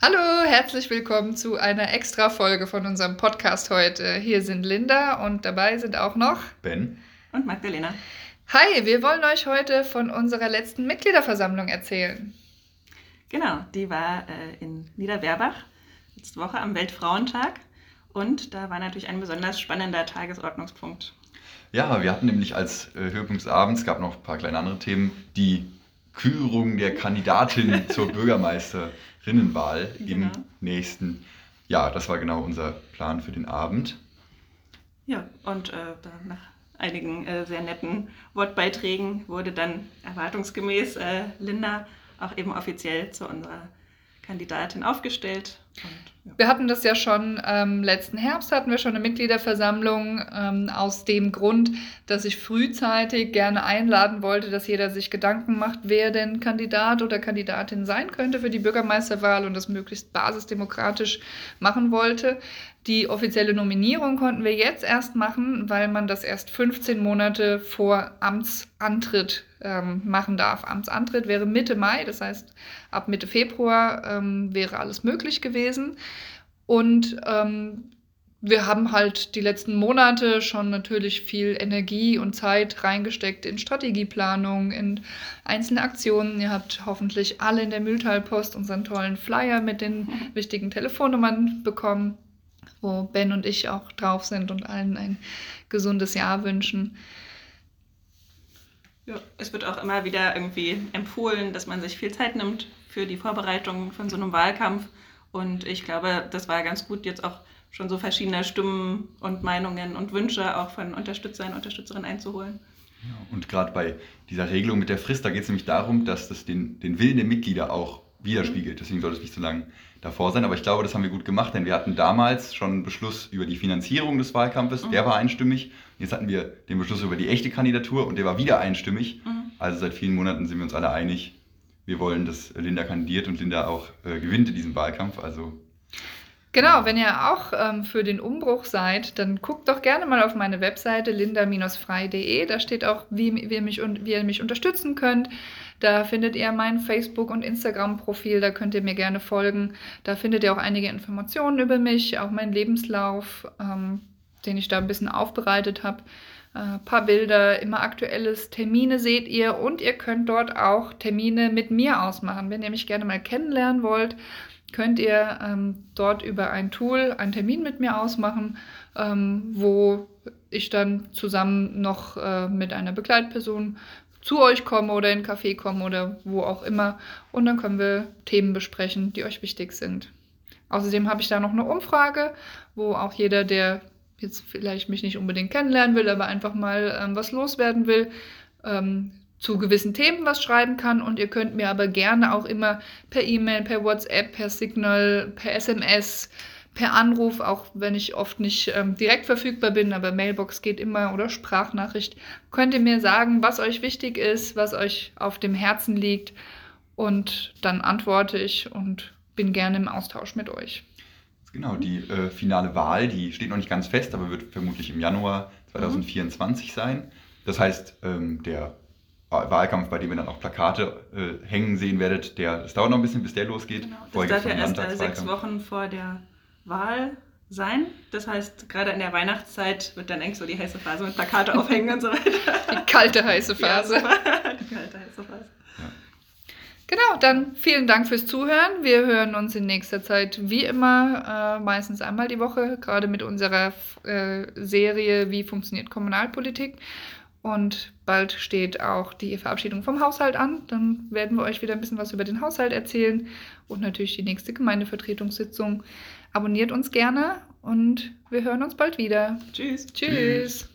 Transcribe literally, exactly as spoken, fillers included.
Hallo, herzlich willkommen zu einer Extra-Folge von unserem Podcast heute. Hier sind Linda und dabei sind auch noch Ben und Magdalena. Hi, wir wollen euch heute von unserer letzten Mitgliederversammlung erzählen. Genau, die war äh, in Niederwerbach letzte Woche am Weltfrauentag und da war natürlich ein besonders spannender Tagesordnungspunkt. Ja, wir hatten nämlich als äh, Höhepunkt des Abends, gab noch ein paar kleine andere Themen, die Kürung der Kandidatin zur Bürgermeisterinnenwahl Genau. im nächsten Jahr. Das war genau unser Plan für den Abend. Ja, und äh, da nach einigen äh, sehr netten Wortbeiträgen wurde dann erwartungsgemäß äh, Linda auch eben offiziell zu unserer Kandidatin aufgestellt. Und, ja. Wir hatten das ja schon ähm, letzten Herbst, hatten wir schon eine Mitgliederversammlung ähm, aus dem Grund, dass ich frühzeitig gerne einladen wollte, dass jeder sich Gedanken macht, wer denn Kandidat oder Kandidatin sein könnte für die Bürgermeisterwahl und das möglichst basisdemokratisch machen wollte. Die offizielle Nominierung konnten wir jetzt erst machen, weil man das erst fünfzehn Monate vor Amtsantritt ähm, machen darf. Amtsantritt wäre Mitte Mai, das heißt ab Mitte Februar ähm, wäre alles möglich gewesen. Und ähm, wir haben halt die letzten Monate schon natürlich viel Energie und Zeit reingesteckt in Strategieplanung, in einzelne Aktionen. Ihr habt hoffentlich alle in der Mühltalpost unseren tollen Flyer mit den wichtigen Telefonnummern bekommen, wo Ben und ich auch drauf sind und allen ein gesundes Jahr wünschen. Ja, es wird auch immer wieder irgendwie empfohlen, dass man sich viel Zeit nimmt für die Vorbereitung von so einem Wahlkampf. Und ich glaube, das war ganz gut, jetzt auch schon so verschiedene Stimmen und Meinungen und Wünsche auch von Unterstützern und Unterstützerinnen einzuholen. Ja, und gerade bei dieser Regelung mit der Frist, da geht es nämlich darum, dass das den, den Willen der Mitglieder auch widerspiegelt. Deswegen soll es nicht so lange davor sein. Aber ich glaube, das haben wir gut gemacht, denn wir hatten damals schon einen Beschluss über die Finanzierung des Wahlkampfes. Mhm. Der war einstimmig. Jetzt hatten wir den Beschluss über die echte Kandidatur und der war wieder einstimmig. Mhm. Also seit vielen Monaten sind wir uns alle einig. Wir wollen, dass Linda kandidiert und Linda auch äh, gewinnt in diesem Wahlkampf. Also Genau, wenn ihr auch ähm, für den Umbruch seid, dann guckt doch gerne mal auf meine Webseite linda frei punkt de. Da steht auch, wie, wie, ihr mich, wie ihr mich unterstützen könnt. Da findet ihr mein Facebook- und Instagram-Profil, da könnt ihr mir gerne folgen. Da findet ihr auch einige Informationen über mich, auch meinen Lebenslauf, ähm, den ich da ein bisschen aufbereitet habe. Ein äh, paar Bilder, immer Aktuelles, Termine seht ihr und ihr könnt dort auch Termine mit mir ausmachen. Wenn ihr mich gerne mal kennenlernen wollt, könnt ihr ähm, dort über ein Tool einen Termin mit mir ausmachen, ähm, wo ich dann zusammen noch äh, mit einer Begleitperson zu euch komme oder in einen Café komme oder wo auch immer. Und dann können wir Themen besprechen, die euch wichtig sind. Außerdem habe ich da noch eine Umfrage, wo auch jeder, der jetzt vielleicht mich nicht unbedingt kennenlernen will, aber einfach mal ähm, was loswerden will, ähm, zu gewissen Themen was schreiben kann. Und ihr könnt mir aber gerne auch immer per E-Mail, per WhatsApp, per Signal, per S M S, per Anruf, auch wenn ich oft nicht ähm, direkt verfügbar bin, aber Mailbox geht immer oder Sprachnachricht, könnt ihr mir sagen, was euch wichtig ist, was euch auf dem Herzen liegt. Und dann antworte ich und bin gerne im Austausch mit euch. Genau, die äh, finale Wahl, die steht noch nicht ganz fest, aber wird vermutlich im Januar zwanzig vierundzwanzig mhm. sein. Das heißt, ähm, der Wahlkampf, bei dem ihr dann auch Plakate äh, hängen sehen werdet, der, das dauert noch ein bisschen, bis der losgeht. Genau. Das darf ja erst äh, sechs Wochen vor der Wahl sein. Das heißt, gerade in der Weihnachtszeit wird dann eng so die heiße Phase mit Plakate aufhängen und so weiter. Die kalte heiße Phase. Ja, die kalte heiße Phase. Ja. Genau, dann vielen Dank fürs Zuhören. Wir hören uns in nächster Zeit wie immer, äh, meistens einmal die Woche, gerade mit unserer äh, Serie Wie funktioniert Kommunalpolitik. Und bald steht auch die Verabschiedung vom Haushalt an. Dann werden wir euch wieder ein bisschen was über den Haushalt erzählen und natürlich die nächste Gemeindevertretungssitzung. Abonniert uns gerne und wir hören uns bald wieder. Tschüss. Tschüss.